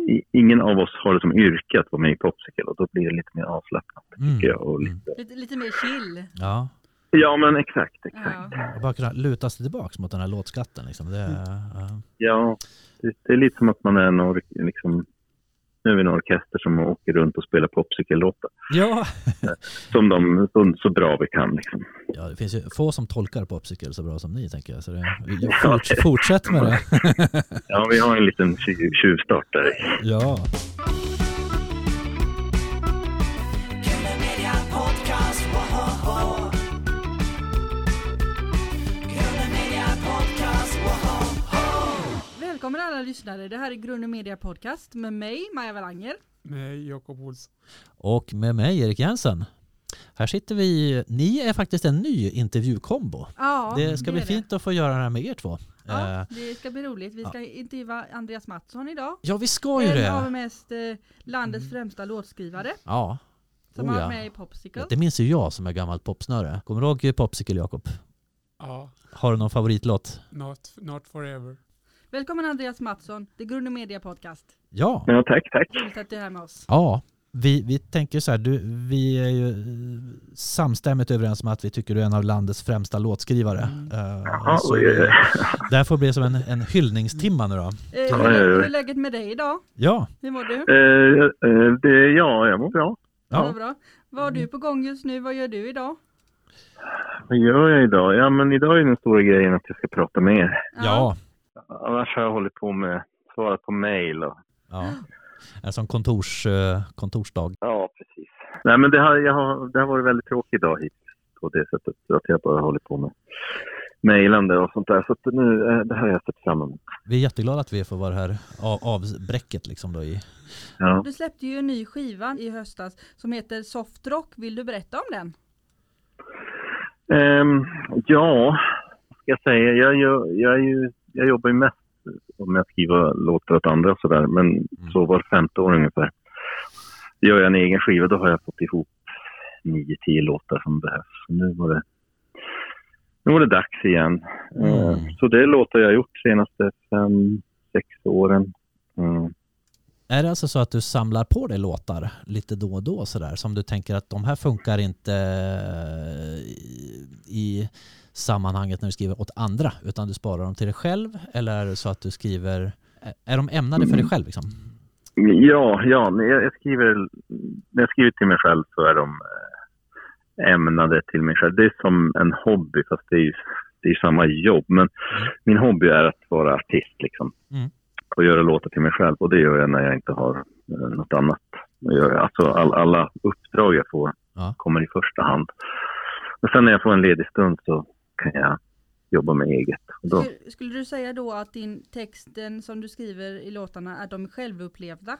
ingen av oss har det som yrke att vara med i Popsicle, och då blir det lite mer avslappnat, tycker jag. Och lite mer chill. Ja. Ja, men exakt. Ja. Och bara kunna luta sig tillbaka mot den här låtskatten. Liksom. Ja, det är lite som att man är liksom, nu är vi en orkester som åker runt och spelar Popsicle-låtar. Ja. som så bra vi kan. Liksom. Ja, det finns ju få som tolkar Popsicle så bra som ni, tänker jag. Så fortsätt med det. Ja, vi har en liten tjuvstart där. Ja. Välkommen alla lyssnare. Det här är Grund & Media Podcast med mig, Maja Welanger. Med Jakob Olsson. Och med mig, Erik Jensen. Här sitter vi. Ni är faktiskt en ny intervjukombo. Ja, det ska bli fint att få göra det här med er två. Ja, det ska bli roligt. Vi ska intervjua Andreas Mattsson idag. Ja, vi ska ju det. En av mest landets främsta låtskrivare. Ja. Som har varit med i Popsicle. Det minns ju jag som är gammalt popsnöre. Kommer du ihåg Popsicle, Jakob? Ja. Har du någon favoritlåt? Not forever. Välkommen Andreas Mattsson, det Grund & Media Podcast. Ja. Ja, tack. Roligt att du är här med oss. Ja, vi tänker så här, vi är ju samstämmigt överens om att vi tycker du är en av landets främsta låtskrivare. Så det här får bli som en hyllningstimma nu då. Hur är läget med dig idag? Ja. Hur mår du? Jag mår bra. Ja. Bra. Vad har du på gång just nu? Vad gör du idag? Vad gör jag idag? Ja, men idag är den stora grejen att jag ska prata med er. Ja. Annars har jag hållit på med svara på mejl. Ja. En sån kontorsdag. Ja, precis. Nej, men det har varit väldigt tråkigt idag hit på det sättet. Att jag bara håller på med mejlande och sånt där. Så att nu, det här har jag sett fram emot. Vi är jätteglada att vi får vara här avbräcket liksom då i. Ja. Du släppte ju en ny skiva i höstas som heter Soft Rock. Vill du berätta om den? Ja, ska jag säga. Jag jobbar ju mest med att skriva låtar åt andra och sådär. Men så var 50 år ungefär. Gör jag en egen skiva, då har jag fått ihop 9-10 låtar som behövs. Så nu var det dags igen. Så det är låtar jag har gjort senaste 5-6 åren. Är det alltså så att du samlar på dig låtar lite då och då sådär, som du tänker att de här funkar inte i sammanhanget när du skriver åt andra, utan du sparar dem till dig själv? Eller är det så att du skriver, är de ämnade för dig själv liksom? Ja, när jag skriver till mig själv så är de ämnade till mig själv. Det är som en hobby, fast det är samma jobb. Men min hobby är att vara artist liksom. Och göra låtar till mig själv. Och det gör jag när jag inte har något annat att göra. Alltså alla uppdrag jag får kommer i första hand. Och sen när jag får en ledig stund så kan jag jobba med eget. Och då... Skulle du säga då att din texten som du skriver i låtarna, är de självupplevda?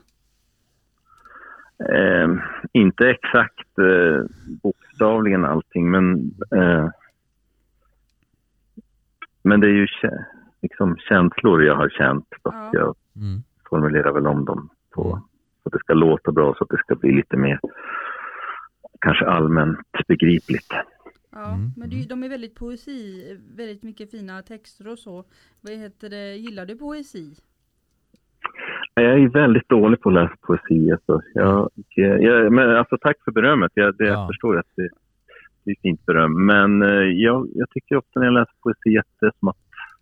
Inte exakt bokstavligen allting, men det är ju liksom känslor jag har känt, fast jag formulerar väl om dem så att det ska låta bra, så att det ska bli lite mer kanske allmänt begripligt. Ja, men de är väldigt mycket fina texter och så. Gillar du poesi? Jag är väldigt dålig på att läsa poesi. Alltså. Men alltså, tack för berömmet. Jag förstår att det är fint beröm. Men jag tycker ofta när jag läser poesi att det är som att...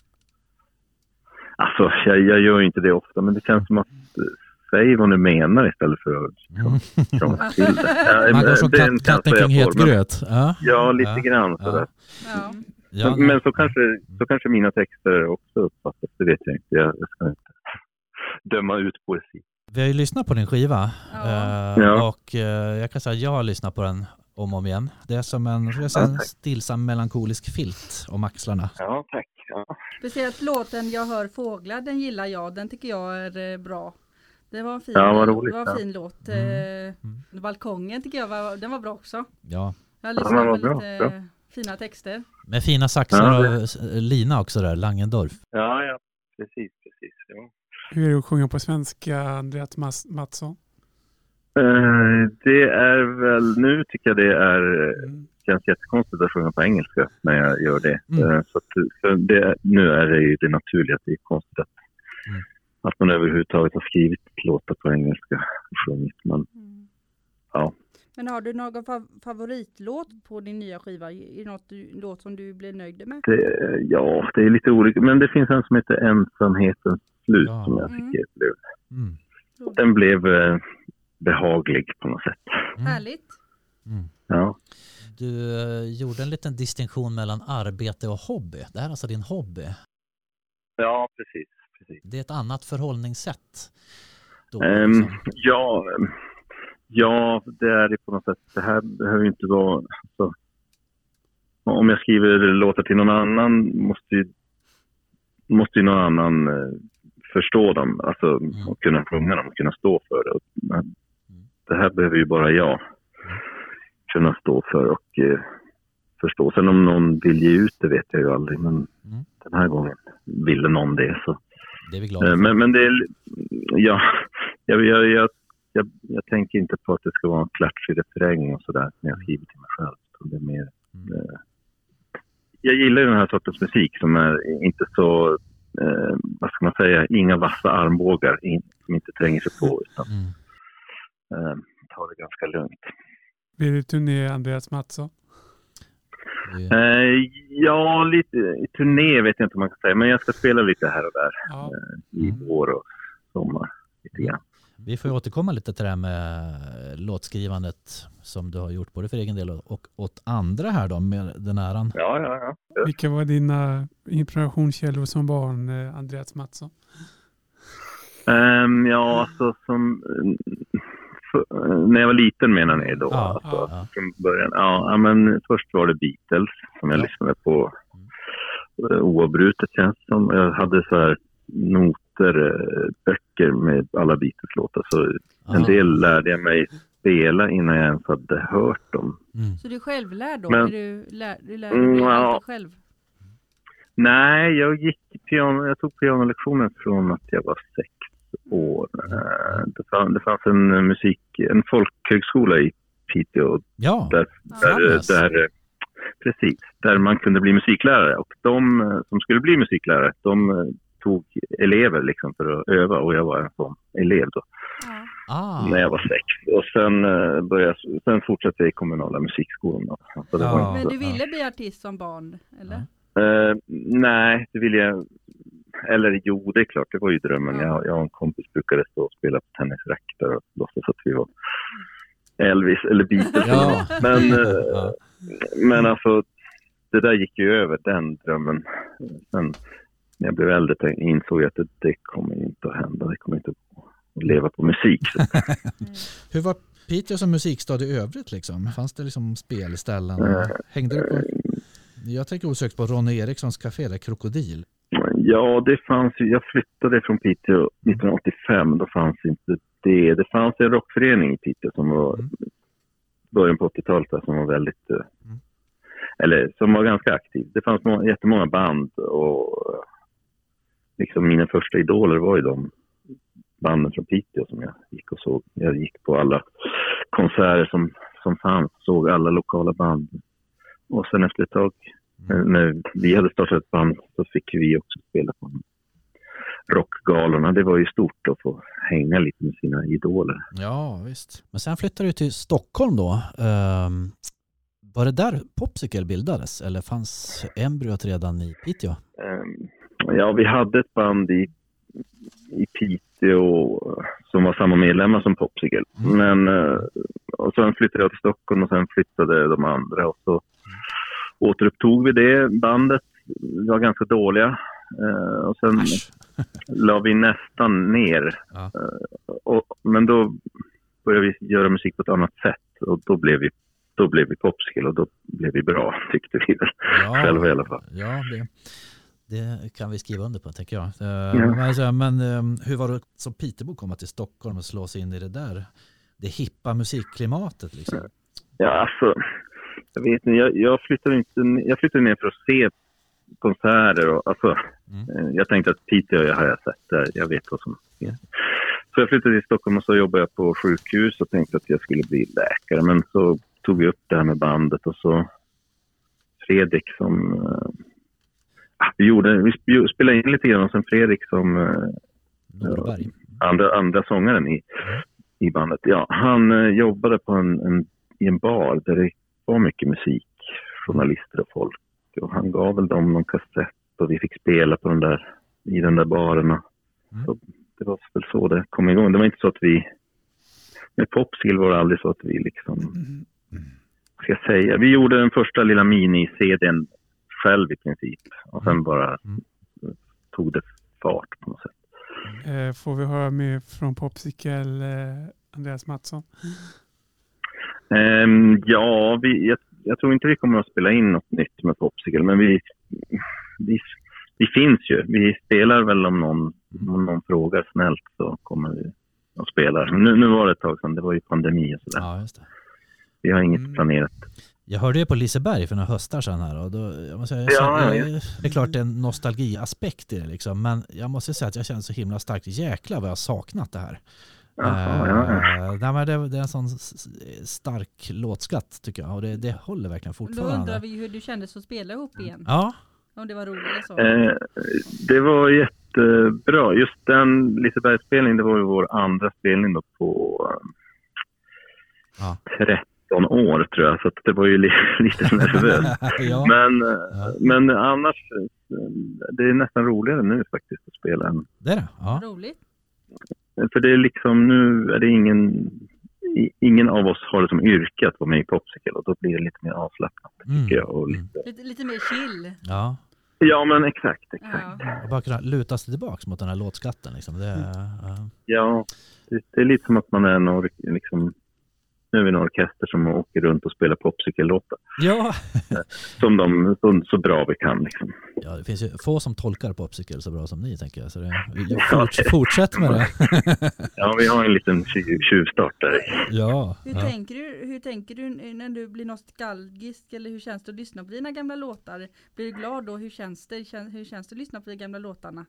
Alltså, jag gör inte det ofta, men det känns som att... Säg vad du menar istället för att krångla till det. Man går som katten kring het gröt. Ja, lite grann sådär. Ja. Men så kanske mina texter också uppfattas, det vet jag inte. Jag ska inte döma ut poesi. Vi har ju lyssnat på din skiva och jag kan säga att jag har lyssnat på den om och om igen. Det är som en stillsam melankolisk filt om axlarna. Ja, tack. Ja. Speciellt låten Jag hör fåglar, den gillar jag. Den tycker jag är bra. Det var en fin, fin låt. Balkongen tycker jag den var bra också. Ja. Jag lyssnade på lite fina texter. Med fina saxar och lina också där, Langendorf. Ja, precis. Ja. Hur är det att sjunga på svenska, Andreas Mattsson? Det är väl, nu tycker jag det känns jättekonstigt att sjunga på engelska när jag gör det. Så nu är det ju det naturliga, att det är konstigt att att man överhuvudtaget har skrivit låtar på engelska och sjungit. Men, ja. Men har du någon favoritlåt på din nya skiva? Är det något låt som du blir nöjd med? Det är lite olika. Men det finns en som heter Ensamhetens slut som jag tycker blev. Den blev behaglig på något sätt. Härligt. Ja. Du gjorde en liten distinktion mellan arbete och hobby. Det här är alltså din hobby. Ja, precis. Det är ett annat förhållningssätt. Då, Ja, det är det på något sätt. Det här behöver inte vara... Så, om jag skriver låtar till någon annan måste ju någon annan förstå dem. Alltså och kunna sjunga dem och kunna stå för det. Men det här behöver ju bara jag kunna stå för och förstå. Sen om någon vill ge ut det vet jag ju aldrig. Men den här gången ville någon det. Så. Det är vi glada för. Men det är... Ja, jag tänker inte på att det ska vara en klatschig refräng och sådär när jag skriver till mig själv. Det är mer, jag gillar den här sortens musik som är inte så, vad ska man säga, inga vassa armbågar som inte tränger sig på utan tar det ganska lugnt. Blir det turné, Andreas Mattsson? Ja, lite i turné vet jag inte om man kan säga, men jag ska spela lite här och där i vår och sommar lite grann. Vi får återkomma lite till det här med låtskrivandet som du har gjort både för egen del och åt andra här då med den äran. Ja. Vilka var dina inspirationskällor som barn, Andreas Mattsson? Alltså när jag var liten menar ni då. Från början. Ja, men först var det Beatles som jag lyssnade på oavbrutet känns som. Jag hade så här böcker med alla Beatles-låtar så en del lärde jag mig spela innan jag ens hade hört dem. Så du självlärd då? Men, du lärde dig allt själv? Nej, jag tog pianolektioner från att jag var 6 år. Det fanns en folkhögskola i Piteå där man kunde bli musiklärare och de som skulle bli musiklärare de tog elever liksom för att öva och jag var en sån elev då. När jag var 6 och sen fortsatte jag i kommunala musikskolan. Så det var men du ville bli artist som barn, eller? Nej, det ville jag. Eller jo, det är klart, det var ju drömmen. Jag och en kompis brukade stå och spela på tennisracktar och låtsas att vi var Elvis eller Beatles. Men alltså, det där gick ju över, den drömmen. Sen när jag blev äldre insåg jag att det kommer inte att hända. Det kommer inte att leva på musik. Hur var Piteå som musikstad i övrigt liksom? Fanns det liksom spelställen? Hängde du på? Jag tänker osökt på Ronny Erikssons café där, Krokodil. Ja, det fanns ju. Jag flyttade från Piteå 1985. Då fanns inte det. Det fanns en rockförening i Piteå som var början på 80-talet där, som var väldigt eller som var ganska aktiv. Det fanns jättemånga band och liksom mina första idoler var ju de banden från Piteå som jag gick och såg. Jag gick på alla konserter som fanns, såg alla lokala band. Och sen efter ett tag när vi hade startat ett band så fick vi också spela på rockgalorna. Det var ju stort att få hänga lite med sina idoler. Ja, visst. Men sen flyttade du till Stockholm då. Var det där Popsicle bildades? Eller fanns embryot redan i Piteå? Ja, vi hade ett band i Piteå som var samma medlemmar som Popsicle. Men och sen flyttade jag till Stockholm och sen flyttade de andra och så återupptog vi det bandet. Vi var ganska dåliga. Och sen la vi nästan ner. Men då började vi göra musik på ett annat sätt. Och då blev vi Popsicle och då blev vi bra, tyckte vi själva i alla fall. Ja, det kan vi skriva under på, tänker jag. Men hur var det som Pitebo komma till Stockholm och slå sig in i det hippa musikklimatet liksom? Ja, alltså jag vet inte, jag flyttade ner för att se konserter och alltså jag tänkte att Piteå har jag sett där, jag vet vad som är. Så jag flyttade till Stockholm och så jobbade jag på sjukhus och tänkte att jag skulle bli läkare, men så tog vi upp det här med bandet och så Fredrik som vi spelade in lite grann och sen Fredrik som Norberg. Andra sångaren i bandet. Ja, han jobbade på i en bar där det var mycket musik, journalister och folk. Och han gav väl dem någon kassett och vi fick spela på i den där baren. Så det var väl så det kom igång. Det var inte så att med Popsicle var det aldrig så att vi liksom, ska jag säga, vi gjorde den första lilla mini-CDn själv i princip. Och sen bara tog det fart på något sätt. Får vi höra mer från Popsicle, Andreas Mattsson? Ja, jag tror inte vi kommer att spela in något nytt med Popsicle, men vi finns ju. Vi spelar väl om någon frågar snällt så kommer vi att spela. Nu var det ett tag sedan, det var ju pandemi och sådär. Ja, just det. Vi har inget planerat. Jag hörde det på Liseberg för några höstar sedan här och då, jag måste säga, det är klart det är en nostalgiaspekt i det liksom, men jag måste säga att jag känner så himla starkt, jäkla vad jag har saknat det här. Det är en sån stark låtskatt tycker jag och det håller verkligen fortfarande. Då undrar vi hur du kändes att spela ihop igen. Ja. Om det var roligt så. Det var jättebra. Just den Lisebergsspelningen, det var ju vår andra spelning då på 13 år tror jag. Så att det var ju lite nervöst. Ja. Men annars, det är nästan roligare nu faktiskt att spela än. Det är det? Ja. Roligt. För det är liksom, nu är det ingen av oss har det som yrke att vara med i Popsicle och då blir det lite mer avslappnat tycker jag. Och lite mer chill. Ja. Ja, men exakt. Ja. Och bara kunna luta sig tillbaka mot den här låtskatten. Liksom. Ja, det är lite som att man är liksom, nu är vi en orkester som åker runt och spelar Popsicle-låtar. Ja. som så bra vi kan. Liksom. Ja, det finns ju få som tolkar Popsicle så bra som ni, tänker jag. Så fortsätt med det. Ja, vi har en liten tjuvstart där. Ja. Hur tänker du när du blir nostalgisk, eller hur känns det att lyssna på dina gamla låtar? Blir du glad då? Hur känns det att lyssna på de gamla låtarna?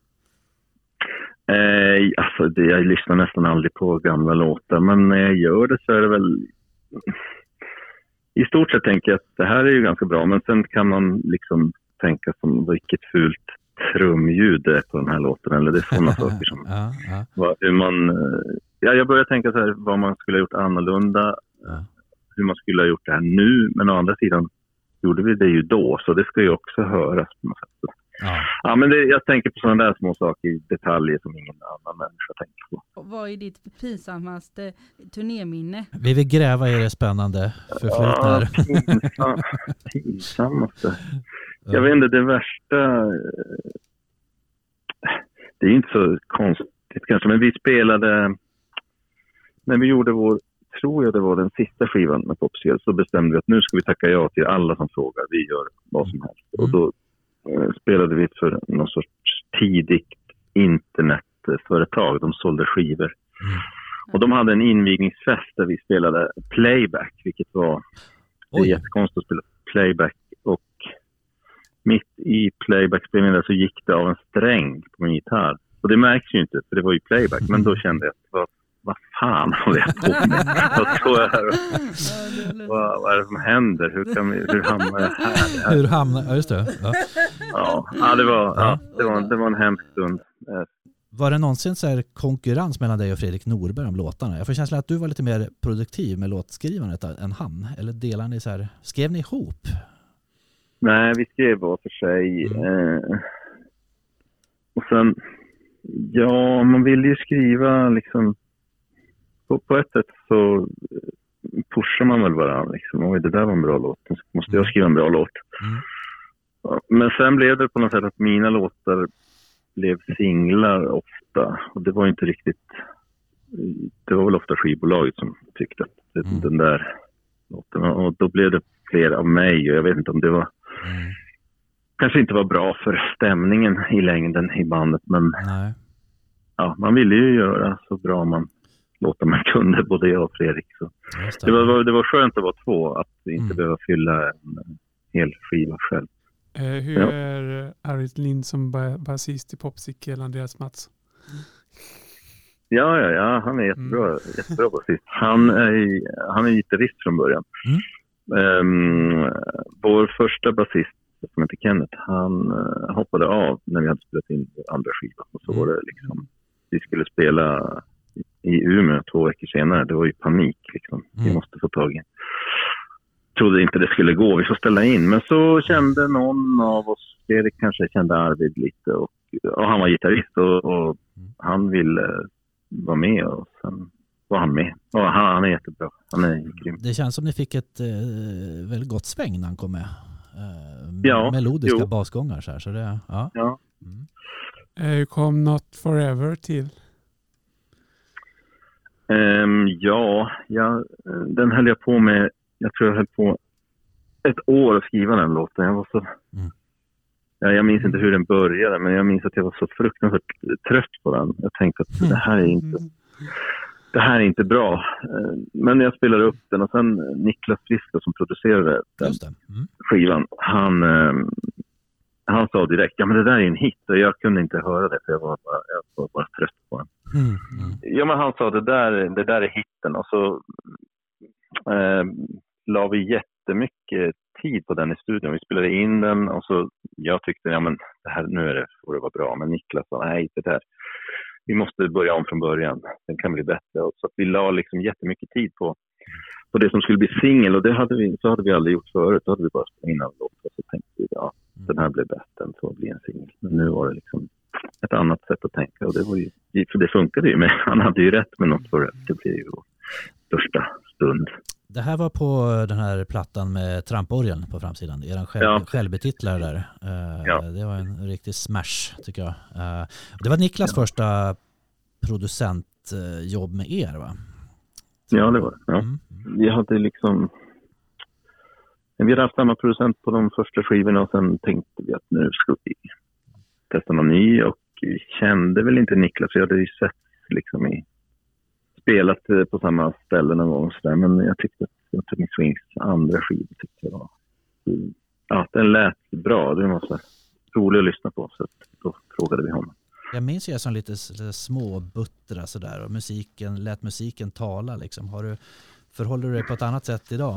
Jag lyssnar nästan aldrig på gamla låtar, men när jag gör det så är det väl i stort sett tänker jag att det här är ju ganska bra, men sen kan man liksom tänka som vilket fult trumljud det är på den här låten, eller det är sådana saker som hur man, jag börjar tänka så här vad man skulle ha gjort annorlunda, hur man skulle ha gjort det här nu, men å andra sidan gjorde vi det ju då, så det ska ju också höras på något sätt. Ja, men jag tänker på sådana där små saker i detaljer som ingen annan människa tänker på. Och vad är ditt pinsammaste turnéminne? Vi vill gräva i det spännande förflutna. Pinsammaste. Jag vet inte, det värsta, det är inte så konstigt kanske, men vi spelade, när vi gjorde tror jag det var den sista skivan med Popsicle, så bestämde vi att nu ska vi tacka ja till alla som frågar, vi gör vad som helst. Och då spelade vi för någon sorts tidigt internetföretag. De sålde skivor. Och de hade en invigningsfest där vi spelade playback, vilket var jättekonstigt att spela playback. Och mitt i playbackspelningen där så gick det av en sträng på min gitarr. Och det märks ju inte, för det var ju playback. Men då kände jag att vad fan håller jag på med? Vad är det som händer? Hur hamnar jag här? Hur hamnar, just det. Det var en hemsk stund. Var det någonsin så här konkurrens mellan dig och Fredrik Norberg om låtarna? Jag får känslan att du var lite mer produktiv med låtskrivandet än han. Eller delar ni så här, skrev ni ihop? Nej, vi skrev var för sig. Och sen, man ville ju skriva liksom, på ett sätt så pushar man väl varandra liksom. Oj, det där var en bra låt. Nu måste jag skriva en bra låt. Men sen blev det på något sätt att mina låtar blev singlar ofta. Och det var inte riktigt, det var väl ofta skivbolaget som tyckte att den där låten, och då blev det fler av mig, och jag vet inte om det var kanske inte var bra för stämningen i längden i bandet, men ja, man ville ju göra så bra låta man kunde, både jag och Fredrik. Så det var skönt att vara två, att inte behöva fylla en hel skiva själv. Hur är Arvid Lind som basist i Popsicle, Andreas Mattsson? Ja, han är jättebra basist. Han är gitarrist från början. Vår första basist, som heter Kenneth, han hoppade av när vi hade spelat in andra skivan, och så var det liksom vi skulle spela i Umeå 2 veckor senare. Det var ju panik liksom. Vi måste få tag i. Trodde inte det skulle gå, vi får ställa in. Men så kände någon av oss, Erik kanske kände Arvid lite, och han var gitarrist och han ville vara med, och sen var han med. Och han är jättebra, han är grym. Det känns som ni fick ett väldigt gott sväng när han kom med. Melodiska basgångar så här, så det, ja. Hur kom Not Forever till? Den höll jag på med. Jag tror jag höll på ett år att skriva den låten. Jag var så... jag minns inte hur den började, men jag minns att jag var så fruktansvärt trött på den. Jag tänkte att det här är inte bra. Men jag spelade upp den, och sen Niklas Frisko som producerade den skivan, han sa direkt, ja men det där är en hit, och jag kunde inte höra det för jag var bara trött på den. Ja, men han sa det där är hitten, och så la vi jättemycket tid på den i studion. Vi spelade in den, och så jag tyckte, ja men det här får det vara bra, men Niklas sa, nej det där, vi måste börja om från början, den kan bli bättre. Och så att vi la liksom jättemycket tid på det som skulle bli singel, och det hade vi aldrig gjort förut. Då hade vi bara spelat in en låt, och så tänkte vi, den här blev bättre än så blir en singel. Men nu var det liksom ett annat sätt att tänka, och det var ju, för det funkade ju, men han hade ju rätt med något för det. Det blev ju största stund. Det här var på den här plattan med tramporgeln på framsidan. Eran självbetitlare där. Det var en riktig smash, tycker jag. Det var Niklas första producentjobb med er, va? Ja, det var det. Ja. Vi hade liksom... Vi hade haft samma producent på de första skivorna, och sen tänkte vi att nu ska vi testa någon ny, och vi kände väl inte Niklas. Vi hade ju sett liksom spelat på samma ställe någon gång, så där, men jag tyckte att Tommy Swings andra skiva tyckte jag var... den lät bra. Det var så roligt att lyssna på, så då frågade vi honom. Jag minns ju som lite småbuttra sådär, och lät musiken tala liksom. Förhåller du dig på ett annat sätt idag?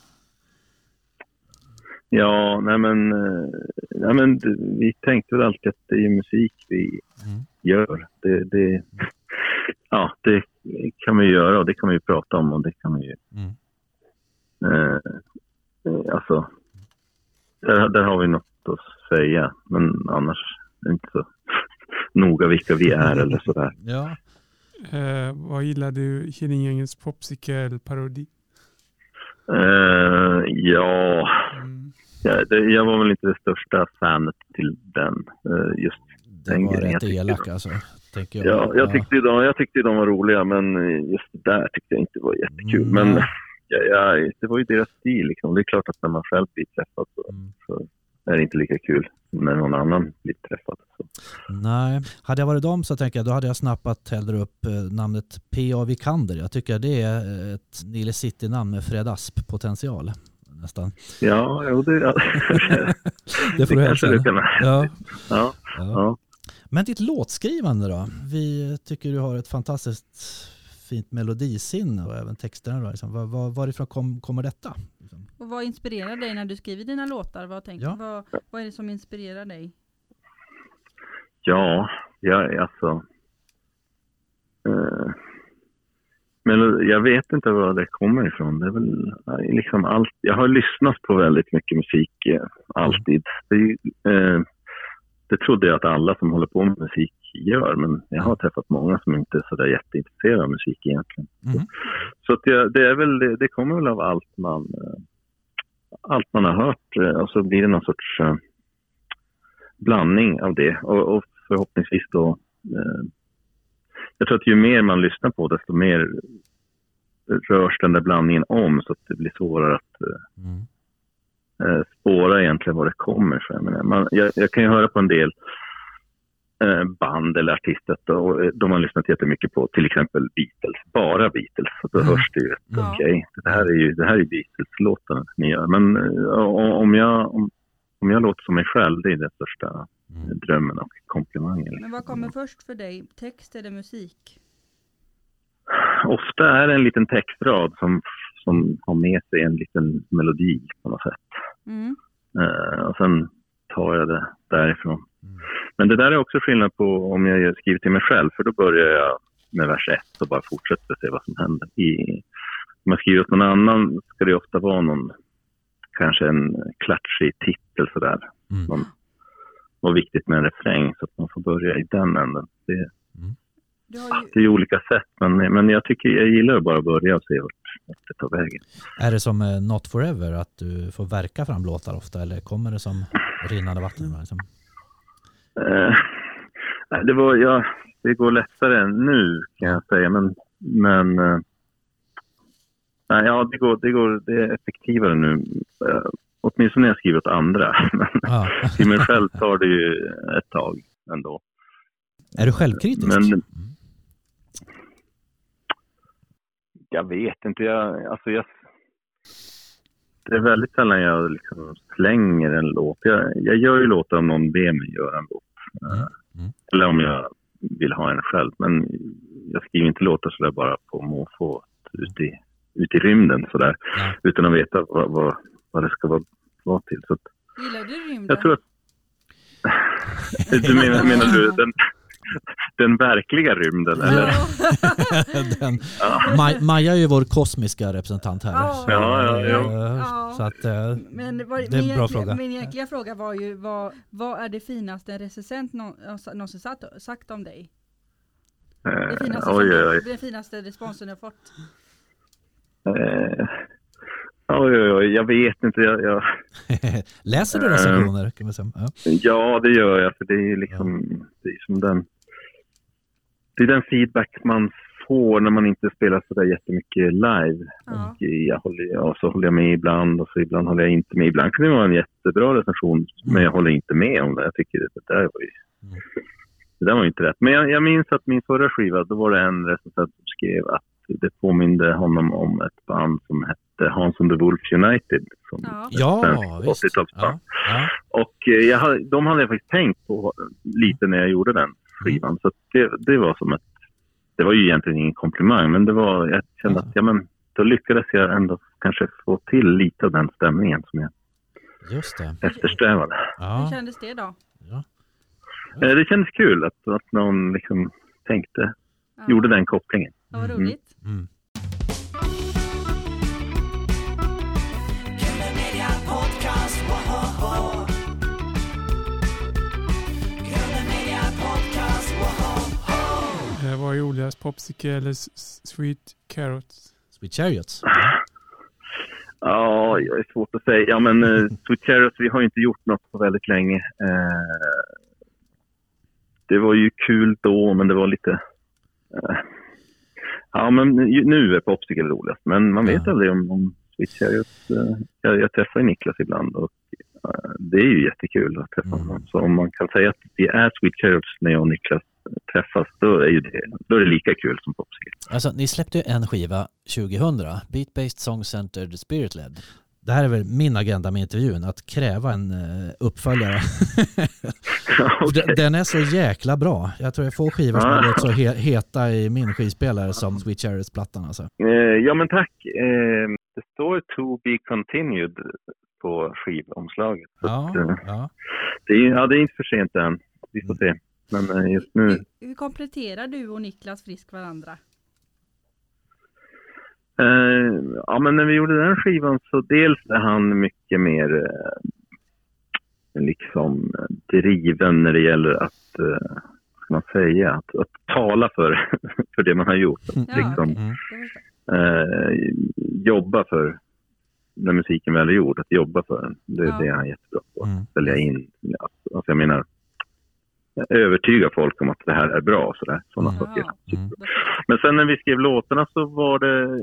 Ja, men vi tänkte väl alltid att det är musik vi gör. Det kan vi göra, och det kan vi prata om, och det kan vi ju... alltså, där har vi något att säga, men annars är det inte så noga vilka vi är eller sådär. Ja. Vad gillar du Killinggängens Popsicle-parodi? Jag var väl inte det största fanet till den. Just den var rätt elak alltså, tänker jag. Ja, jag tyckte de var roliga, men just det där tyckte jag inte var jättekul. Men det var ju deras stil liksom. Det är klart att när man själv blir träffad så är det inte lika kul när någon annan blir träffad. Så. Nej, hade jag varit dem så tänker jag, då hade jag snappat hellre upp namnet P.A. Vikander. Jag tycker det är ett Nile City-namn med Fred Asp-potential. Nästan. Ja, det får du hälsa. Ja. Men ditt låtskrivande då? Vi tycker du har ett fantastiskt fint melodisinne, och även texterna då. Liksom. Varifrån kommer detta? Och vad inspirerar dig när du skriver dina låtar? Vad är det som inspirerar dig? Men jag vet inte var det kommer ifrån. Det är väl liksom allt. Jag har lyssnat på väldigt mycket musik alltid. Det trodde jag att alla som håller på med musik gör, men jag har träffat många som inte är så där jätteintresserade av musik egentligen. Så att det kommer väl av allt man har hört, och så blir det någon sorts blandning av det, och förhoppningsvis då jag tror att ju mer man lyssnar på, desto mer rörs den där blandningen om, så att det blir svårare att spåra egentligen var det kommer. Så jag kan ju höra på en del band eller artister då man lyssnat jättemycket på till exempel Beatles, bara Beatles, så då hörs det ju okej. Det här är Beatles-låtarna ni gör. Men om jag låter som mig själv, det är den största drömmen och komplimangen. Men vad kommer först för dig? Text eller musik? Ofta är det en liten textrad som har med sig en liten melodi på något sätt. Och sen tar jag det därifrån. Men det där är också skillnad på om jag skriver till mig själv, för då börjar jag med vers 1 och bara fortsätter se vad som händer. Om jag skriver åt någon annan ska det ofta vara kanske en klatschig titel sådär. Var viktigt med en refräng så att man får börja i den änden. Det är olika sätt, men jag gillar bara att börja och se vart det tar vägen. Är det som Not Forever att du får verka fram låtar ofta, eller kommer det som rinnande vatten? Liksom? Det går lättare än nu kan jag säga, det är effektivare nu. Åtminstone när jag skriver åt andra. Till mig själv tar det ju ett tag ändå. Är du självkritisk? Jag vet inte. Det är väldigt sällan jag liksom slänger en låt. Jag gör ju låtar om någon ber mig göra en låt. Eller om jag vill ha en själv. Men jag skriver inte låtar sådär bara på måfå ut i rymden sådär. Utan att veta vad det ska vara till. Så gillar du rymden? Jag tror att... Du menar du den verkliga rymden, eller? Maja är ju vår kosmiska representant här. Så att, det är en bra fråga. Min egentliga fråga var ju, vad är det finaste en recensent någonsin sagt om dig? Det finaste responsen jag fått? Jag vet inte. Läser du recensioner? Kan man säga? Ja, det gör jag. För det är liksom det är som det är den feedback man får när man inte spelar så där jättemycket live. Och så håller jag med ibland och så ibland håller jag inte med. Ibland kan det vara en jättebra recension, men jag håller inte med om det. Jag tycker det där var inte rätt. Men jag minns att min förra skiva, då var det en recensent som skrev att det påminde honom om ett band som hette Hans and the Wolf United. Visst. Och de hade jag faktiskt tänkt på lite när jag gjorde den skivan. Så det var som det var ju egentligen ingen komplimang, men jag kände att då lyckades jag ändå kanske få till lite av den stämningen som jag eftersträvade. Hur kändes det då? Det kändes kul att någon liksom gjorde den kopplingen. Ja, vad roligt. Vad är roligast? Popsicle eller Sweet Carrots? Sweet Chariots? Ja, det är svårt att säga. Ja, men Sweet Chariots, vi har inte gjort något på väldigt länge. Det var ju kul då, men det var lite... men nu är Popsicle roligast. Men man vet aldrig om Sweet Chariots. Jag träffar Niklas ibland och det är ju jättekul att träffa honom. Så om man kan säga att det är Sweet Chariots när jag och Niklas träffas, då är det lika kul som Popsicle. Alltså, ni släppte ju en skiva 2000, Beat-Based Song-Centered Spirit-led. Det här är väl min agenda med intervjun, att kräva en uppföljare. Okay. Den är så jäkla bra. Jag tror jag får skivor som har gått så heta i min skivspelare som Sweet Chariots-plattan. Alltså. Ja, men tack. Det står to be continued på skivomslaget. Det är inte för sent än. Vi får se. Men just nu... Hur kompletterar du och Niklas Frisk varandra? Men när vi gjorde den skivan så dels är han mycket mer liksom driven när det gäller att ska man säga att tala för det man har gjort. Jobba för när musiken väl är gjord, att jobba för den. Det är han jättebra på. Att sälja in. Alltså jag menar, övertyga folk om att det här är bra. Sådana saker. Men sen när vi skrev låtarna så var det...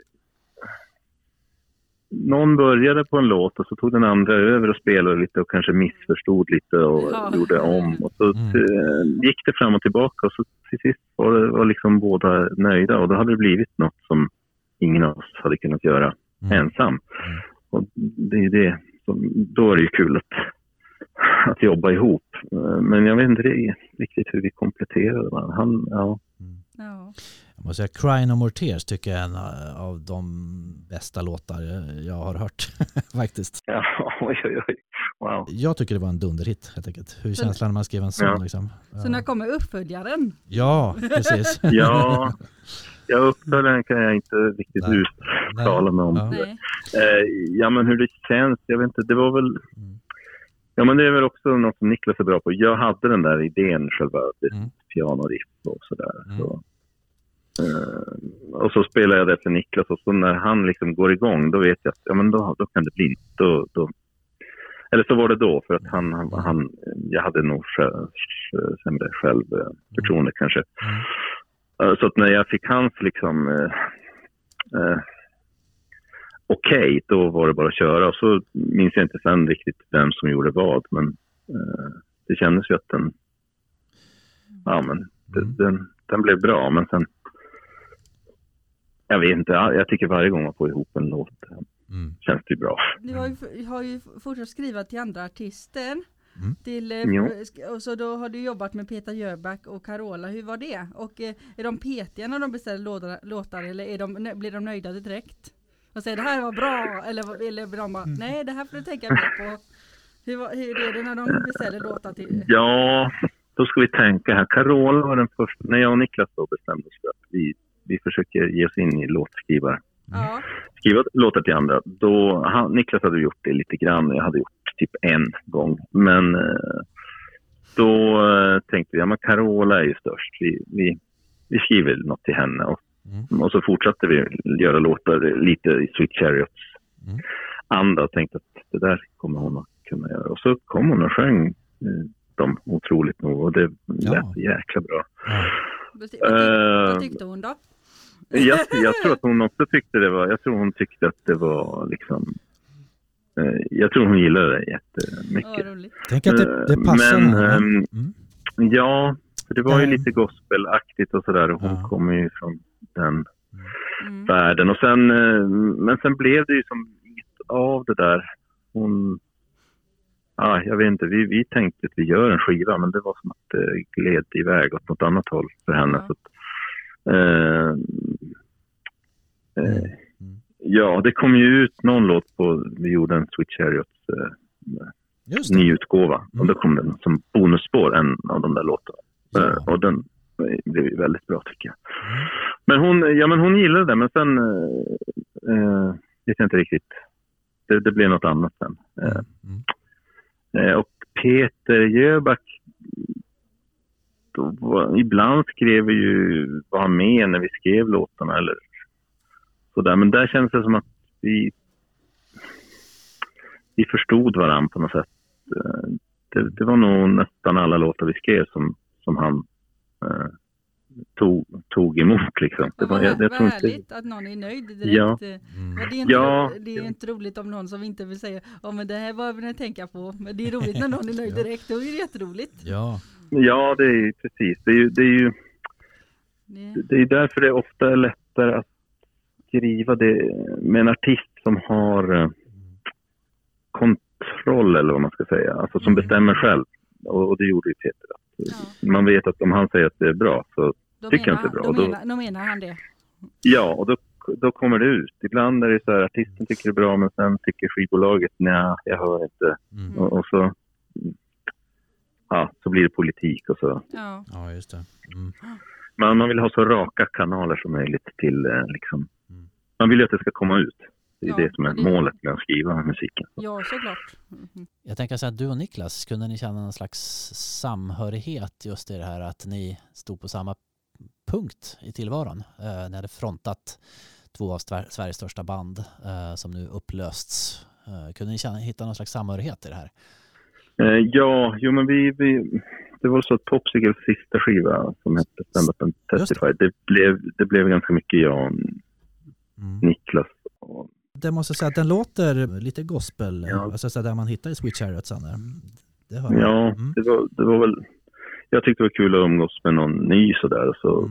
Någon började på en låt och så tog den andra över och spelade lite och kanske missförstod lite och gjorde om. Och så gick det fram och tillbaka och så till sist var liksom båda nöjda. Och då hade det blivit något som ingen av oss hade kunnat göra ensam. Och det är det. Då är det ju kul att jobba ihop. Men jag vet inte riktigt hur vi kompletterade varandra. Jag måste säga Cry No More Tears tycker jag är en av de bästa låtar jag har hört faktiskt. Ja, oj. Wow. Jag tycker det var en dunderhit helt enkelt. Hur känslan när man skrev en sång liksom. Så när kommer uppföljaren? Ja, precis. Ja, uppföljaren kan jag inte riktigt uttala mig om. Ja, men hur det känns, jag vet inte, det var väl... Ja, men det är väl också något som Niklas är bra på. Jag hade den där idén själva, pianoriff och sådär. Så. Och så spelar jag det för Niklas och så när han liksom går igång, då vet jag att ja, men då kan det bli då. Eller så var det då, för att jag hade nog sämre självförtroende kanske. Så att när jag fick hans liksom okej, då var det bara att köra. Och så minns jag inte sen riktigt vem som gjorde vad, men det kändes ju att den blev bra, men sen jag vet inte, jag tycker varje gång man får ihop en låt känns det bra. Du har ju fortsatt skriva till andra artister. Och så då har du jobbat med Peter Jöback och Carola. Hur var det? Och är de petiga när de beställer låtar eller blir de nöjda direkt? Och säger det här var bra eller blir de bara, nej det här får du tänka mer på. Hur är det när de beställer låtar till? Ja, då ska vi tänka här. Carola var den första, när jag och Niklas då bestämde oss för att vi försöker ge oss in i låtskrivare. Skriva låtar till andra. Då, Niklas hade gjort det lite grann. Jag hade gjort typ en gång. Men då tänkte vi, ja men Carola är ju störst. Vi skriver något till henne. Och så fortsatte vi göra låtar lite i Sweet Chariots anda. Och tänkte att det där kommer hon att kunna göra. Och så kom hon och sjöng dem otroligt nog. Och det lät jäkla bra. Vad tyckte hon då? Jag tror att hon också tyckte det var... Jag tror hon tyckte att det var liksom... Jag tror hon gillade det jättemycket. Tänk att det passar. Ja, för det var ju lite gospelaktigt och sådär. Och hon kommer ju från den världen. Och sen, men sen blev det ju som inget av det där. Jag vet inte, vi tänkte att vi gör en skiva. Men det var som att det gled iväg åt något annat håll för henne. Så att, ja, det kom ju ut någon låt på, vi gjorde en Sweet Chariots nyutgåva. Och då kom den som bonusspår, en av de där låtarna. Och den blev ju väldigt bra tycker jag. Men hon gillade det, men sen vet jag inte riktigt. Det blev något annat sen. Och Peter Jöback ibland skrev vi ju var med när vi skrev låtarna eller sådär, men där känns det som att vi förstod varandra på något sätt. Det var nog nästan alla låtar vi skrev som han tog emot liksom. Det var härligt att någon är nöjd direkt. Ja. Det är inte roligt om någon som inte vill säga men det här var jag tänka på. Men det är roligt när någon är nöjd direkt. Då är det jätteroligt. Ja, det är ju precis. Det är därför det ofta är lättare att skriva det med en artist som har kontroll eller vad man ska säga. Alltså som bestämmer själv. Och det gjorde ju Peter. Man vet att om han säger att det är bra så tycker han att det är bra. Då menar han det. Ja, och då kommer det ut. Ibland är det så här, artisten tycker det är bra men sen tycker skivbolaget, nej, jag hör inte. Och så så blir det politik och så. Ja, just det. Man vill ha så raka kanaler som möjligt till liksom. Man vill ju att det ska komma ut. Det är det som är målet med att skriva musiken. Ja, såklart. Jag tänker så att du och Niklas, kunde ni känna någon slags samhörighet just i det här att ni stod på samma punkt i tillvaron? Ni hade frontat 2 av Sveriges största band som nu upplösts. Kunde ni hitta någon slags samhörighet i det här? Men det var så att Popsicles sista skiva som hette Stand Up and Testify, det blev ganska mycket jag och Niklas. Det måste säga att den låter lite gospel, alltså så där man hittar i Sweet Chariots. Det var väl, jag tyckte det var kul att umgås med någon ny sådär. Så,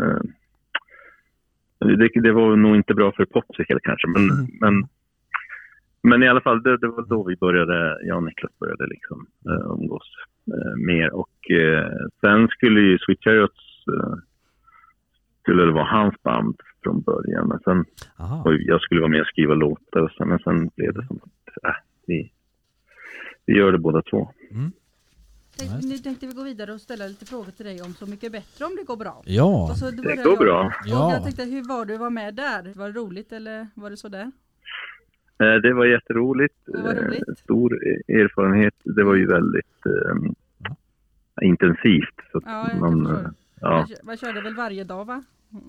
det var nog inte bra för Popsicle kanske, men i alla fall det var då vi började, jag och Niklas började liksom umgås mer. Och sen skulle ju Sweet Chariots skulle det vara hans band från början. Men sen, jag skulle vara med och skriva låtar. Och sen, men sen blev det som att vi gör det båda två. Mm. Nu tänkte vi gå vidare och ställa lite frågor till dig om Så mycket bättre om det går bra. Ja, så det går bra. Ja. Jag tänkte, hur var du att vara med där? Var det roligt eller var det sådär? Det var jätteroligt. Stor erfarenhet. Det var ju väldigt intensivt. Så man körde väl varje dag, va?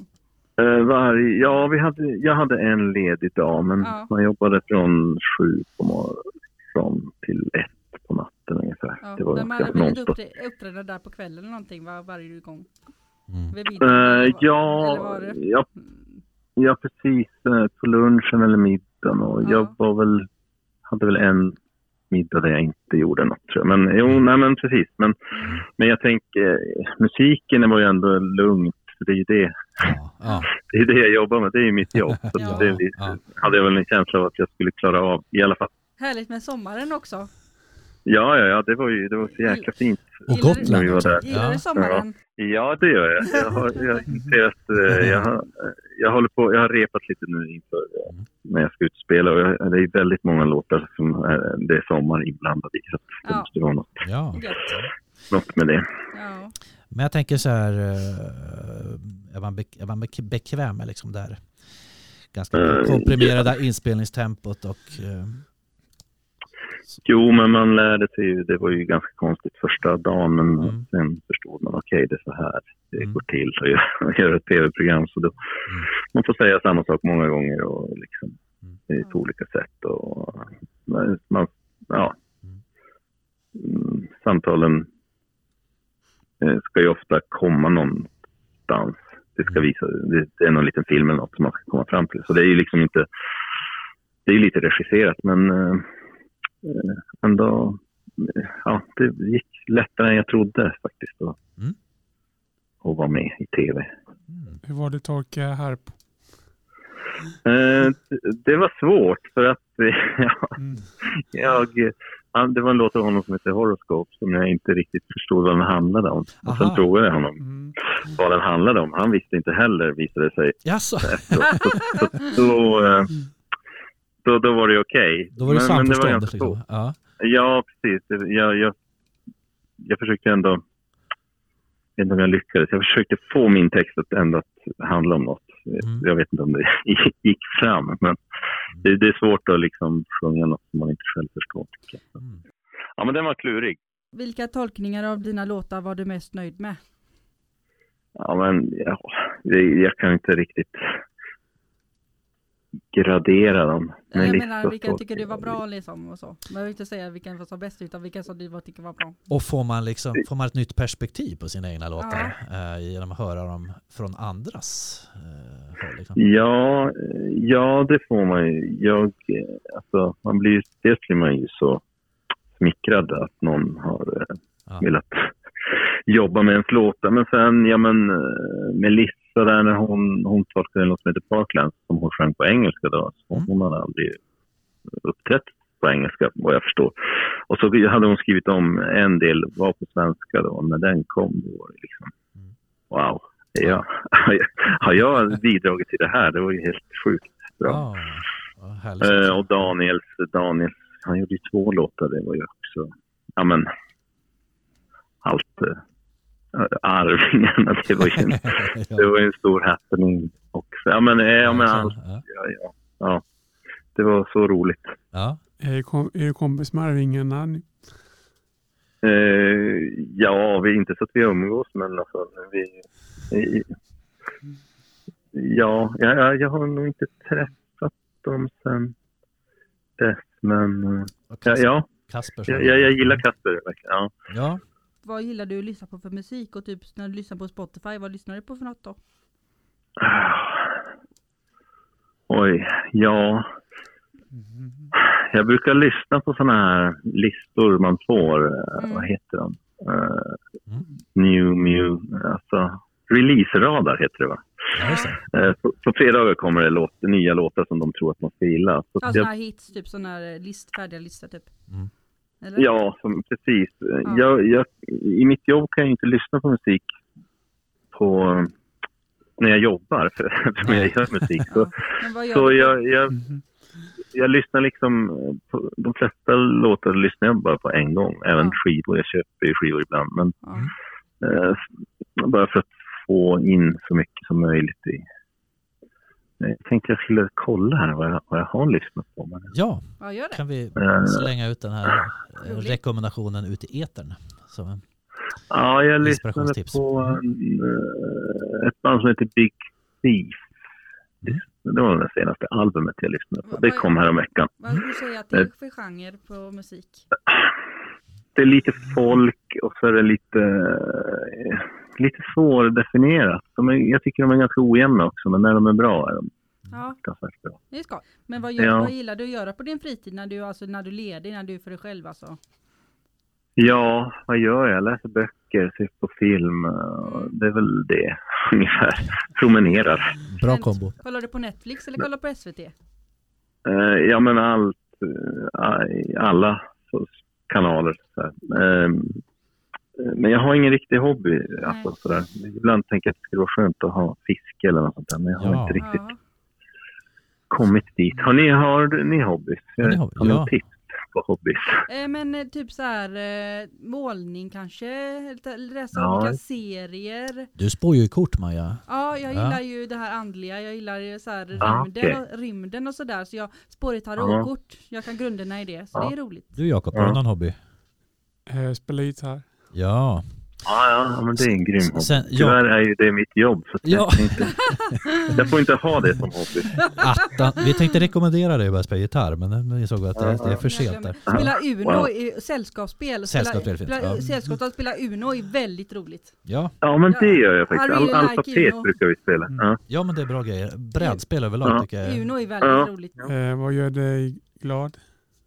Jag hade en ledig dag, men man jobbade från 7 på morgonen till 1 på natten ungefär. Ja, det var man hade väl uppträda där på kvällen eller någonting varje gång? Ja, precis. På lunchen eller middagen. Och jag hade väl en middag där jag inte gjorde något, tror jag. Men precis. Men jag tänker, musiken var ju ändå lugnt. Det är ju det. Det är det jag jobbar med. Det är ju mitt jobb. Så det hade jag väl en känsla av att jag skulle klara av i alla fall. Härligt med sommaren också. Ja, det var så jäkla fint. Och Gotland. Gillar du sommaren? Ja, det gör jag. Jag har repat lite nu inför när jag ska ut och spela. Och det är väldigt många låtar som det är sommar inblandad i. Så det måste vara något med det. Ja. Men jag tänker så här, är man bekväm med liksom där ganska komprimerade inspelningstempot och... Jo, men man lärde sig ju, det var ju ganska konstigt första dagen, men sen förstod man, okej, det är så här det går till att göra ett tv-program, så då man får säga samma sak många gånger och liksom på olika sätt och samtalen ska ju ofta komma någonstans. Det ska visa, det är någon liten film eller något som man ska komma fram till, så det är ju liksom inte, det är lite regisserat, men ändå, det gick lättare än jag trodde faktiskt att vara med i tv. Hur var det tolka här på? Det var svårt för att det var en låt av honom som heter Horoscope som jag inte riktigt förstod vad den handlade om. Och sen frågade jag honom vad den handlade om. Han visste inte heller, visade det sig. Jaså? Då var det okej. Då var det samförstånd. Liksom. Ja, precis. Jag försökte ändå, jag vet inte om jag lyckades. Jag försökte få min text att ändå handla om något. Jag vet inte om det gick fram. Men det är svårt att liksom sjunga något som man inte själv förstår. Ja, men den var klurig. Vilka tolkningar av dina låtar var du mest nöjd med? Ja, men jag kan inte riktigt gradera dem. Jag menar, vilka tycker du var bra liksom och så. Man vill inte säga vilken var bäst, utan vilka som du tycker var bra. Och får man ett nytt perspektiv på sina egna låtar genom att höra dem från andras håll? Liksom? Ja, det får man ju. Man blir ju så smickrad att någon har velat jobba med en låta. Men sen, med Lissa där när hon tolkade en låt som heter Parkland som hon sjöng på engelska då. Hon hade aldrig uppträtt på engelska, vad jag förstår. Och så hade hon skrivit om en del var på svenska då. När den kom då var det liksom wow. Har jag bidragit till det här? Det var ju helt sjukt bra. Och Daniel, han gjorde ju 2 låtar. Det var ju också, allt Arvingarna, det var ju en stor happening också. Det var så roligt. Ja. Är du kompis med Arvingarna nu? Vi är inte så att vi umgås, men alltså, jag har nog inte träffat dem sen dess, men Kasper, jag gillar Kasper verkligen. Ja. Vad gillar du att lyssna på för musik? Och typ när du lyssnar på Spotify, vad lyssnar du på för något då? Jag brukar lyssna på såna här listor man får. Vad heter de? Release-radar heter det, va? På fredagar kommer det nya låtar som de tror att man ska gilla. Såna här hits, typ såna här färdiga listor typ. Eller? Ja, precis. I mitt jobb kan jag inte lyssna på musik på när jag jobbar, för jag gör musik. Så jag lyssnar liksom på de flesta låtar lyssnar jag bara på en gång. Även skivor, jag köper skivor ibland. Men bara för att få in så mycket som möjligt i. Jag tänkte jag skulle kolla här vad jag har lyssnat på. Men... Ja, kan vi slänga ut den här rekommendationen ut i etern? Ja, jag lyssnade på ett band som heter Big Thief. Det var det senaste albumet jag lyssnade på. Det kom här om veckan. Vad skulle du säga att det är för genre på musik? Det är lite folk och så är det lite svårdefinierat. Jag tycker de är ganska ojämna också, men när de är bra är de ganska bra. Det ska. Men vad gillar du att göra på din fritid när du är ledig, när du är för dig själv alltså? Ja, vad gör jag? Jag läser böcker, ser på film. Det är väl det ungefär. Promenerar. Bra kombo. Kollar du på Netflix eller kollar på SVT? Ja, men alla kanaler. Men jag har ingen riktig hobby. Alltså, sådär. Ibland tänker jag att det skulle vara skönt att ha fiske eller något sånt där. Men jag har inte riktigt kommit dit. Har ni hobbys? Har ni tips på hobbys? Men typ så här målning kanske. Läsa olika serier. Du spår ju i kort, Maja. Ja, jag gillar ju det här andliga. Jag gillar ju så här rymden och sådär. Så jag spår i tarotkort. Jag kan grunderna i det. Så det är roligt. Du, Jakob, har du någon hobby? Spela gitarr. Ja. Ja, men det är en grym hobby. Tyvärr är ju det mitt jobb. Så jag får inte ha det som hobby. Vi tänkte rekommendera dig att spela gitarr, men vi såg att det är för sent där. Spela Uno i sällskapsspel. Sällskapsspel spela Uno är väldigt roligt. Ja, men det gör jag faktiskt. Alfabet brukar vi spela. Ja, men det är bra grejer. Brädspel överlag tycker jag. Uno är väldigt roligt. Vad gör dig glad?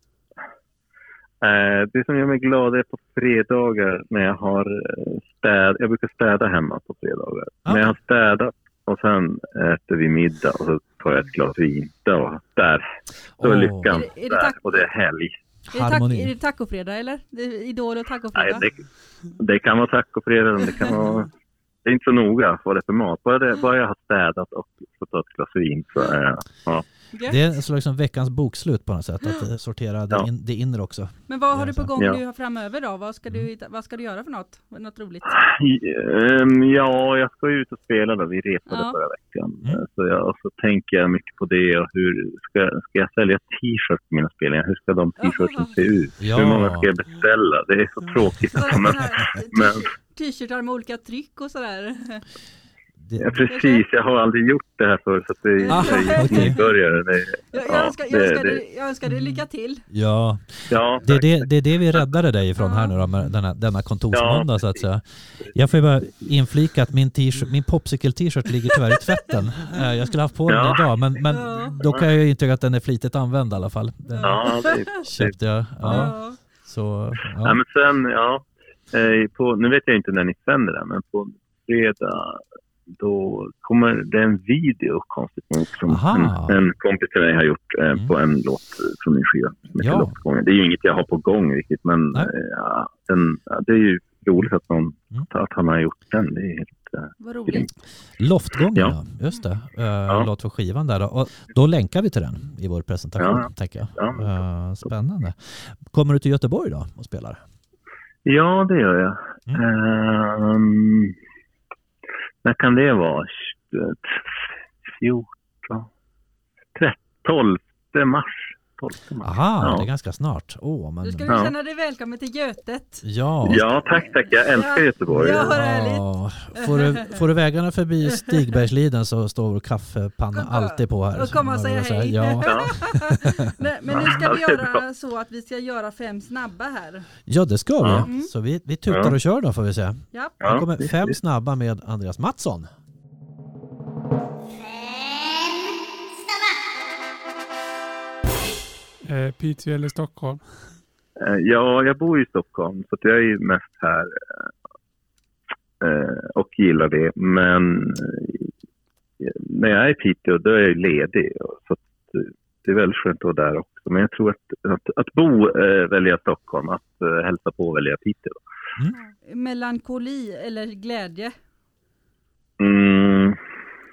Det som gör mig glad är på fredagar när jag har jag brukar städa hemma på fredagar. När jag har städat och sen äter vi middag och så tar jag ett glas vin. Då är lyckan där och det är helg. Är det tacofredag eller? Idol och tacofredag? Nej, det kan vara tacofredag, det kan vara... Det är inte så noga vad det är för mat. Bara jag har städat och fått ett glas vin så Det är så liksom veckans bokslut på något sätt, att sortera det inre också. Men vad har du på gång du har framöver då? Vad ska du göra för något roligt? Ja, jag ska ut och spela då. Vi repade förra veckan. Så tänker jag mycket på det och hur ska jag sälja t-shirts på mina spelningar? Hur ska de t-shirtsen se ut? Hur många ska jag beställa? Det är så tråkigt. Men t-shirtar med olika tryck och sådär. Ja, precis. Jag har aldrig gjort det här för så att det är nybörjare. Jag önskar dig lycka till. Ja. Det är det vi räddade dig ifrån här nu då, med denna kontorsmåndag så att säga. Jag får bara inflika att min popsicle-t-shirt ligger tyvärr i tvätten. Jag skulle haft på den idag, men då kan jag ju intyga att den är flitigt använd i alla fall. Köpte jag. Så, ja, men sen, nu vet jag inte när ni sänder det, men på fredag då kommer det en video konstigt nog som en kompis till mig har gjort på en låt från min skiva. Det är ju inget jag har på gång riktigt, men det är ju roligt att han har gjort den. Det är helt vad roligt. Loftgången, just det. Låt för skivan där då. Och då länkar vi till den i vår presentation, tänker jag. Spännande. Kommer du till Göteborg då och spelar? Ja, det gör jag. När kan det vara? 12 mars. Aha, det är ganska snart. Du ska du känna dig välkommen till Götet. Ja, tack. Jag älskar Göteborg. Får du vägarna förbi Stigbergsliden så står vår kaffepanna alltid på här. Och komma och säga hej. Men nu ska vi göra så att vi ska göra 5 snabba här. Ja, det ska vi. Så vi tutar och kör då, får vi se. Ja. Här kommer 5 snabba med Andreas Mattsson. Piteå eller Stockholm? Ja, jag bor i Stockholm så jag är ju mest här och gillar det. Men när jag är i Piteå då är jag ledig. Så det är väldigt skönt att vara där också. Men jag tror att bo välja Stockholm, att hälsa på välja Piteå. Melankoli eller glädje?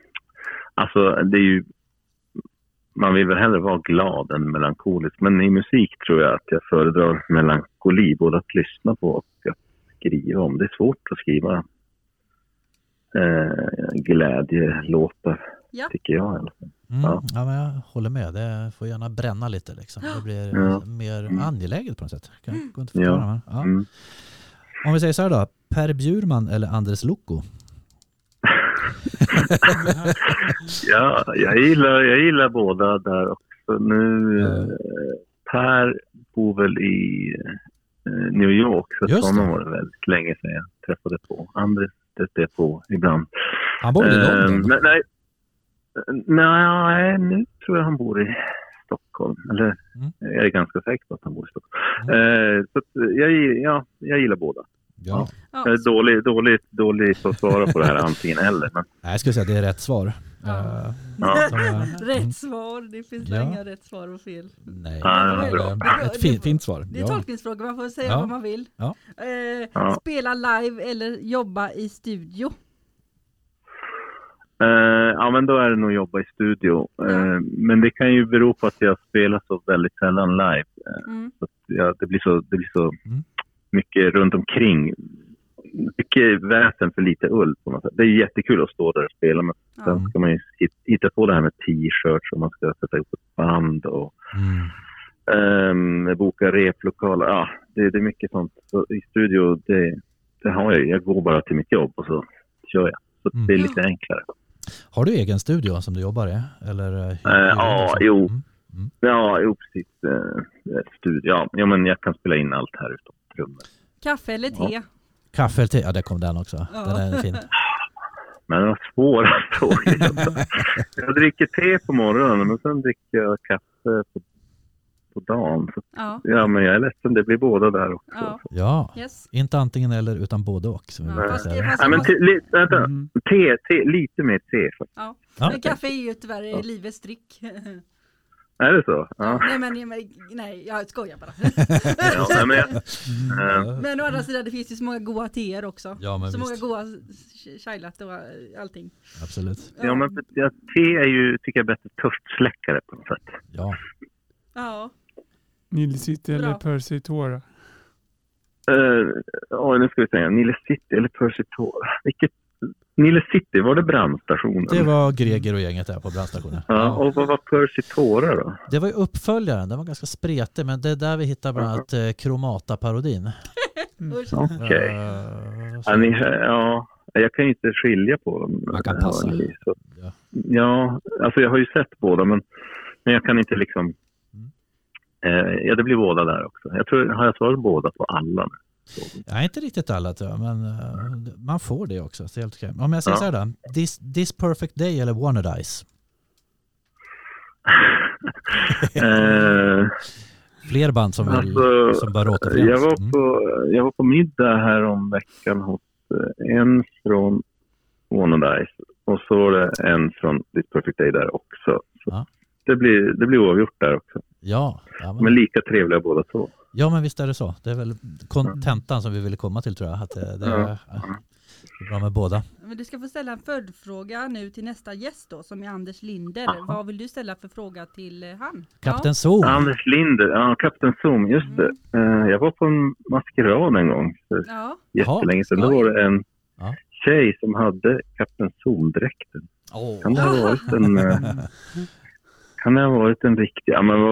alltså det är ju, man vill väl hellre vara glad än melankolisk. Men i musik tror jag att jag föredrar melankoli, både att lyssna på och att skriva om. Det är svårt att skriva glädjelåtar, tycker jag i alla fall. Ja, men jag håller med. Det får gärna bränna lite liksom. Det blir mer angeläget på något sätt. Kan gå inte förklara, men, Om vi säger så här då, Per Bjurman eller Anders Lokko? Ja, jag gillar båda där också. Nu Per bor väl i New York, så honom var det väldigt länge sedan jag träffade på. Anders stötte jag på ibland. Han bor i London? Nej, nu tror jag han bor i Stockholm. Eller jag är ganska säker på att han bor i Stockholm. Så jag gillar båda. Ja. Jag är dålig på att svara på det här antingen eller. Men... Nej, jag skulle säga att det är rätt svar. Rätt svar, det finns inga rätt svar och fel. Nej, ett fint svar. Det är tolkningsfråga, man får säga vad man vill. Spela live eller jobba i studio? Men då är det nog jobba i studio. Men det kan ju bero på att jag spelar så väldigt sällan live. Så att, det blir så mycket runt omkring. Mycket väsen för lite ull på något sätt. Det är jättekul att stå där och spela, men sen ska man ju hitta på det här med t-shirts och man ska sätta upp ett band och boka replokaler. Ja, det är mycket sånt. Så i studio, det har jag går bara till mitt jobb och så kör jag. Så det är lite enklare. Har du egen studio som du jobbar i? Eller, jo, precis. Studio. Ja, men jag kan spela in allt här utom rummet. Kaffe eller te? Kaffe eller te, ja, där kom den också. Den är fin. Men det var svåra frågor. Jag dricker te på morgonen, men sen dricker jag kaffe på dagen. Så, men jag är ledsen, det blir båda där också. Ja, inte antingen eller utan både och. Te, lite mer te. Men kaffe är ju tyvärr livets dryck. Är det så? Ja. Nej, jag skojar bara. Men å andra sidan, det finns ju så många goda teer också. Ja, men så många goda chai-latte och allting. Absolut. Ja, men te är ju, tycker jag, bättre törstsläckare på något sätt. Ja. Nile City eller Percy Tora? Nu ska vi säga Nile City eller Percy Tora. Nile City, var det brandstationen? Det var Greger och gänget där på brandstationen. Ja, och vad var Percy Tora då? Det var ju uppföljaren, den var ganska spretig, men det är där vi hittar bland annat Kromata-parodin. Okej. Jag kan ju inte skilja på dem. Man kan passa. Ja, alltså jag har ju sett båda, men jag kan inte liksom... det blir båda där också. Jag tror, har jag svarat båda på alla nu? Ja, inte riktigt alla tror jag, men man får det också. Så helt okej. Om jag säger så här då, This Perfect Day eller Wannadies? Fler band som bör återförenas. Jag var på middag här om veckan hos en från Wannadies och så var det en från This Perfect Day där också. Det blir oavgjort där också. Men lika trevliga båda två. Ja, men visst är det så. Det är väl kontentan som vi ville komma till, tror jag. Att det är bra med båda. Men du ska få ställa en följdfråga nu till nästa gäst då, som är Anders Linder. Vad vill du ställa för fråga till han? Kapten Zoom. Anders Linder, Kapten Zoom, just det. Jag var på en maskerad en gång för jättelänge sedan. Då var det en tjej som hade Kapten Zoom-dräkten. Kan det ha varit en riktig... Ja, men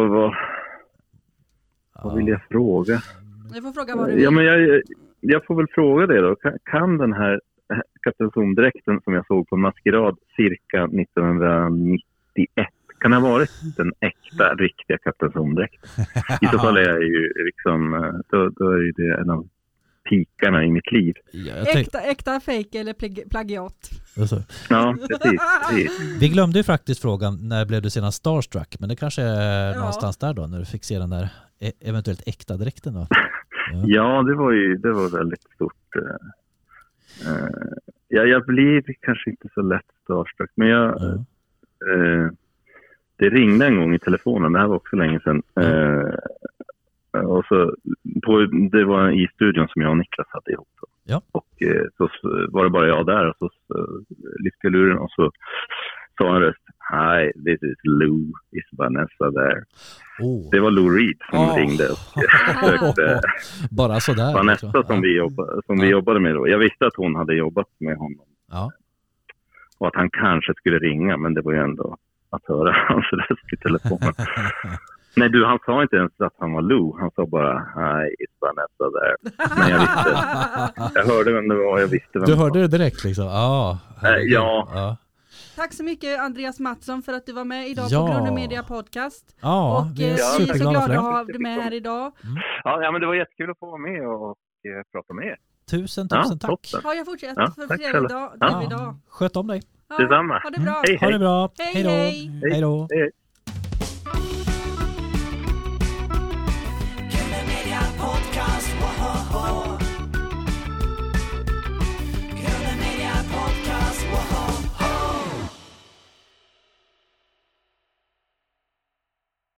vad vill jag fråga? Jag får fråga vad du vill. Ja, men jag får väl fråga det då. Kan den här Kapten Zoom-dräkten som jag såg på maskerad cirka 1991, kan det ha varit den äkta, riktiga Kapten Zoom-dräkten? I så fall är jag ju liksom, då är det en av pikarna i mitt liv. Äkta fake eller plagiat? Ja, precis. Vi glömde ju faktiskt frågan, när blev du senast starstruck? Men det kanske är någonstans där då, när du fick se den där eventuellt äkta dräkten då? Ja, det var väldigt stort. Jag blir kanske inte så lätt starstruck, men det ringde en gång i telefonen, det här var också länge sedan. Och så det var i studion som jag och Niklas hade ihop. Och så var det bara jag där och så lyfte jag luren och så sa en röst. Hi, this is Lou. Is Vanessa there? Det var Lou Reed som ringde och sökte bara sådär, Vanessa alltså. som vi jobbade med då. Jag visste att hon hade jobbat med honom. Ja. Och att han kanske skulle ringa, men det var ju ändå att höra hans röst i telefonen. Nej du, han sa inte ens att han var Lou. Han sa bara, hi, it's Vanessa there. Men jag visste. Jag hörde vem det var, jag visste vem du hörde det direkt liksom? Ja. Tack så mycket Andreas Mattsson för att du var med idag på Grunden Media Podcast. Ja, och vi är så glada att ha dig med här idag. Ja, men det var jättekul att få vara med och prata med er. Tusen tack. Ja, jag fortsätter för trevlig dag. Sköt om dig. Ja, detsamma. Ha det bra. Ha det bra. Hej då. Hej då.